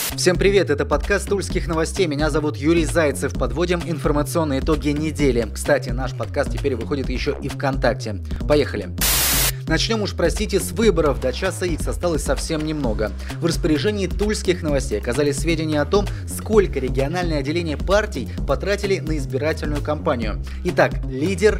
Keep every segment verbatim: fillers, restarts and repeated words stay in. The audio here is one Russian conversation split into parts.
Всем привет, это подкаст Тульских новостей, меня зовут Юрий Зайцев, подводим информационные итоги недели. Кстати, наш подкаст теперь выходит еще и ВКонтакте. Поехали! Начнем уж, простите, с выборов. До часа икс осталось совсем немного. В распоряжении Тульских новостей оказались сведения о том, сколько региональные отделения партий потратили на избирательную кампанию. Итак, лидер...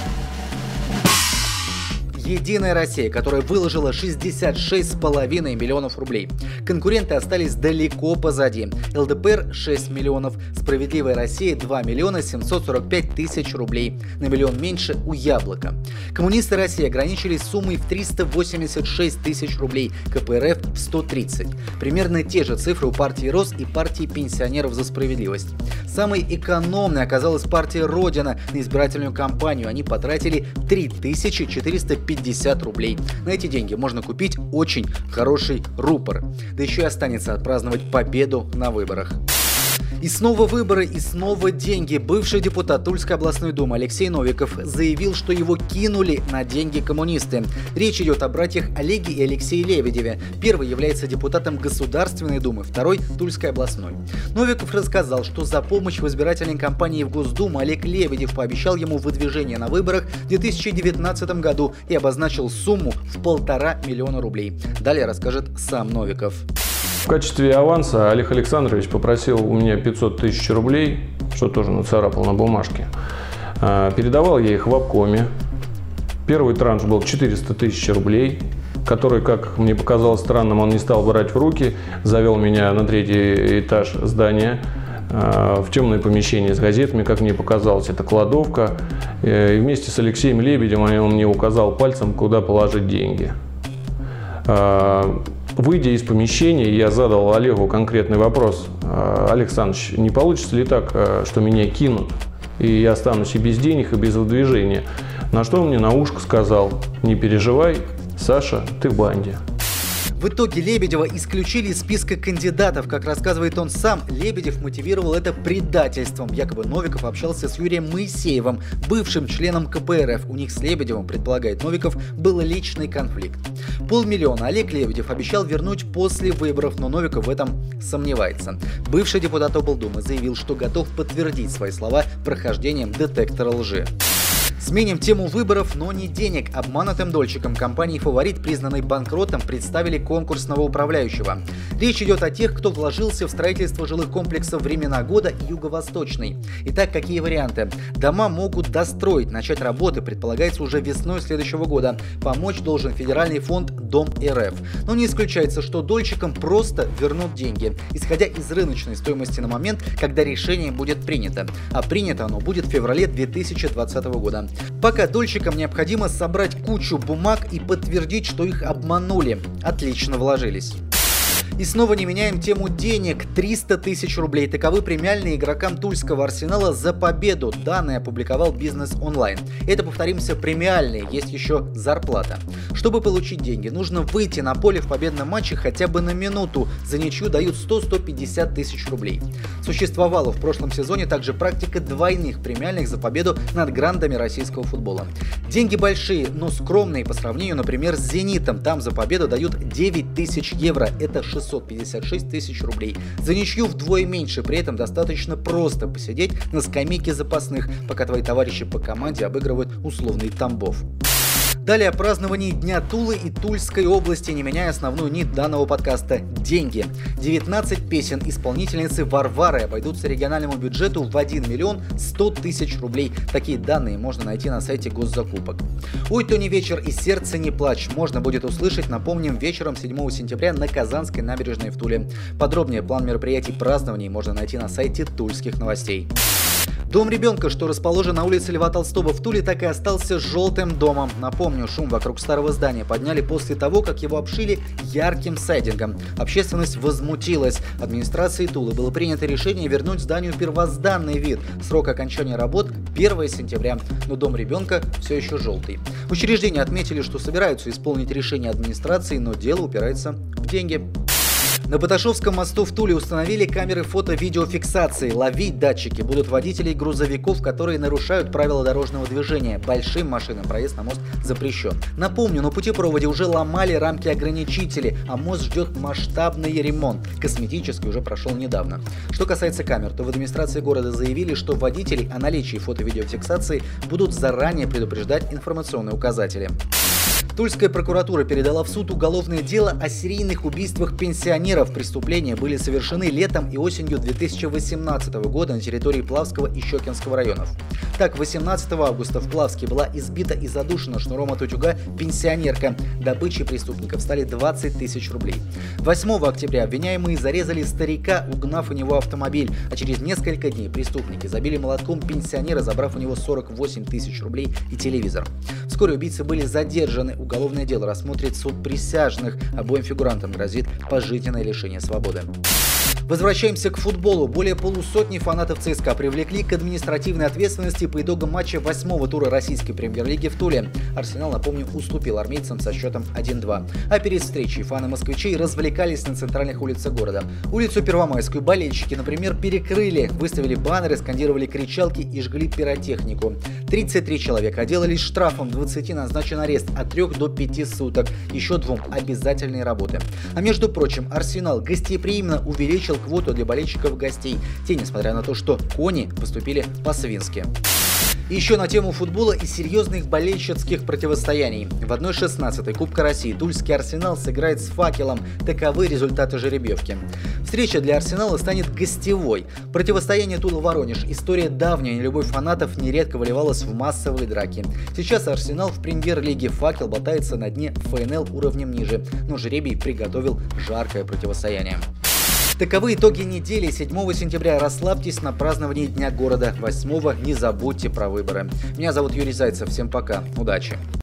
Единая Россия, которая выложила шестьдесят шесть с половиной миллионов рублей. Конкуренты остались далеко позади. эл дэ пэ эр шесть миллионов, Справедливая Россия два миллиона семьсот сорок пять тысяч рублей, на миллион меньше у Яблока. Коммунисты России ограничились суммой в триста восемьдесят шесть тысяч рублей, ка пэ эр эф в сто тридцать. Примерно те же цифры у партии РОС и партии пенсионеров за справедливость. Самой экономной оказалась партия Родина на избирательную кампанию. Они потратили три тысячи четыреста пятьдесят рублей. На эти деньги можно купить очень хороший рупор. Да еще и останется отпраздновать победу на выборах. И снова выборы, и снова деньги. Бывший депутат Тульской областной думы Алексей Новиков заявил, что его кинули на деньги коммунисты. Речь идет о братьях Олеге и Алексее Лебедеве. Первый является депутатом Государственной думы, второй – Тульской областной. Новиков рассказал, что за помощь в избирательной кампании в Госдуму Олег Лебедев пообещал ему выдвижение на выборах в две тысячи девятнадцатом году и обозначил сумму в полтора миллиона рублей. Далее расскажет сам Новиков. В качестве аванса Олег Александрович попросил у меня пятьсот тысяч рублей, что тоже нацарапал на бумажке. Передавал я их в обкоме. Первый транш был четыреста тысяч рублей, который, как мне показалось странным, он не стал брать в руки. Завел меня на третий этаж здания в темное помещение с газетами, как мне показалось, это кладовка. И вместе с Алексеем Лебедем он мне указал пальцем, куда положить деньги. Выйдя из помещения, я задал Олегу конкретный вопрос. Олег Александрович, не получится ли так, что меня кинут, и я останусь и без денег, и без выдвижения? На что он мне на ушко сказал: не переживай, Саша, ты в банде. В итоге Лебедева исключили из списка кандидатов. Как рассказывает он сам, Лебедев мотивировал это предательством. Якобы Новиков общался с Юрием Моисеевым, бывшим членом ка пэ эр эф. У них с Лебедевым, предполагает Новиков, был личный конфликт. Полмиллиона Олег Лебедев обещал вернуть после выборов, но Новиков в этом сомневается. Бывший депутат облдумы заявил, что готов подтвердить свои слова прохождением детектора лжи. Сменим тему выборов, но не денег. Обманутым дольщикам компании «Фаворит», признанной банкротом, представили конкурсного управляющего. Речь идет о тех, кто вложился в строительство жилых комплексов «Времена года» и «Юго-Восточный». Итак, какие варианты? Дома могут достроить, начать работы, предполагается, уже весной следующего года. Помочь должен федеральный фонд «Дом эр эф». Но не исключается, что дольщикам просто вернут деньги, исходя из рыночной стоимости на момент, когда решение будет принято. А принято оно будет в феврале две тысячи двадцатого года. Пока дольщикам необходимо собрать кучу бумаг и подтвердить, что их обманули. Отлично вложились. И снова не меняем тему денег. триста тысяч рублей. Таковы премиальные игрокам Тульского Арсенала за победу. Данные опубликовал Бизнес Онлайн. Это, повторимся, премиальные. Есть еще зарплата. Чтобы получить деньги, нужно выйти на поле в победном матче хотя бы на минуту. За ничью дают сто - сто пятьдесят тысяч рублей. Существовала в прошлом сезоне также практика двойных премиальных за победу над грандами российского футбола. Деньги большие, но скромные по сравнению, например, с «Зенитом». Там за победу дают девять тысяч евро. Это шестьсот пятьдесят шесть тысяч рублей. За ничью вдвое меньше, при этом достаточно просто посидеть на скамейке запасных, пока твои товарищи по команде обыгрывают условный Тамбов. Далее о праздновании Дня Тулы и Тульской области, не меняя основную нить данного подкаста – деньги. девятнадцать песен исполнительницы Варвары обойдутся региональному бюджету в один миллион сто тысяч рублей. Такие данные можно найти на сайте госзакупок. «Ой, то не вечер и сердце не плачь» можно будет услышать, напомним, вечером седьмого сентября на Казанской набережной в Туле. Подробнее план мероприятий празднований можно найти на сайте Тульских новостей. Дом ребенка, что расположен на улице Льва Толстого в Туле, так и остался желтым домом. Напомню, шум вокруг старого здания подняли после того, как его обшили ярким сайдингом. Общественность возмутилась. Администрацией Тулы было принято решение вернуть зданию первозданный вид. Срок окончания работ – первого сентября. Но дом ребенка все еще желтый. В учреждении отметили, что собираются исполнить решение администрации, но дело упирается в деньги. На Баташовском мосту в Туле установили камеры фото-видеофиксации. Ловить датчики будут водителей грузовиков, которые нарушают правила дорожного движения. Большим машинам проезд на мост запрещен. Напомню, на путепроводе уже ломали рамки ограничителей, а мост ждет масштабный ремонт. Косметический уже прошел недавно. Что касается камер, то в администрации города заявили, что водителей о наличии фото-видеофиксации будут заранее предупреждать информационные указатели. Тульская прокуратура передала в суд уголовное дело о серийных убийствах пенсионеров. Преступления были совершены летом и осенью две тысячи восемнадцатого года на территории Плавского и Щекинского районов. Так, восемнадцатого августа в Плавске была избита и задушена шнуром от утюга пенсионерка. Добычей преступников стали двадцать тысяч рублей. восьмого октября обвиняемые зарезали старика, угнав у него автомобиль, а через несколько дней преступники забили молотком пенсионера, забрав у него сорок восемь тысяч рублей и телевизор. Вскоре убийцы были задержаны. Уголовное дело рассмотрит суд присяжных. Обоим фигурантам грозит пожизненное лишение свободы. Возвращаемся к футболу. Более полусотни фанатов ЦСКА привлекли к административной ответственности по итогам матча восьмого тура российской премьер-лиги в Туле. Арсенал, напомню, уступил армейцам со счетом один-два. А перед встречей фаны москвичей развлекались на центральных улицах города. Улицу Первомайскую болельщики, например, перекрыли, выставили баннеры, скандировали кричалки и жгли пиротехнику. тридцать три человека отделались штрафом, двадцати назначен арест от трёх до пяти суток, еще двум обязательные работы. А между прочим, Арсенал гостеприимно увеличил квоту для болельщиков гостей. Те, несмотря на то, что кони поступили по-свински. Еще на тему футбола и серьезных болельщицких противостояний. В одна шестнадцатой Кубка России Тульский Арсенал сыграет с Факелом. Таковы результаты жеребьевки. Встреча для Арсенала станет гостевой. Противостояние Тула-Воронеж. История давняя, нелюбовь фанатов нередко выливалась в массовые драки. Сейчас Арсенал в премьер-лиге, Факел болтается на дне эф эн эл уровнем ниже. Но жеребий приготовил жаркое противостояние. Таковы итоги недели. седьмого сентября расслабьтесь на праздновании Дня города. восьмого не забудьте про выборы. Меня зовут Юрий Зайцев. Всем пока. Удачи.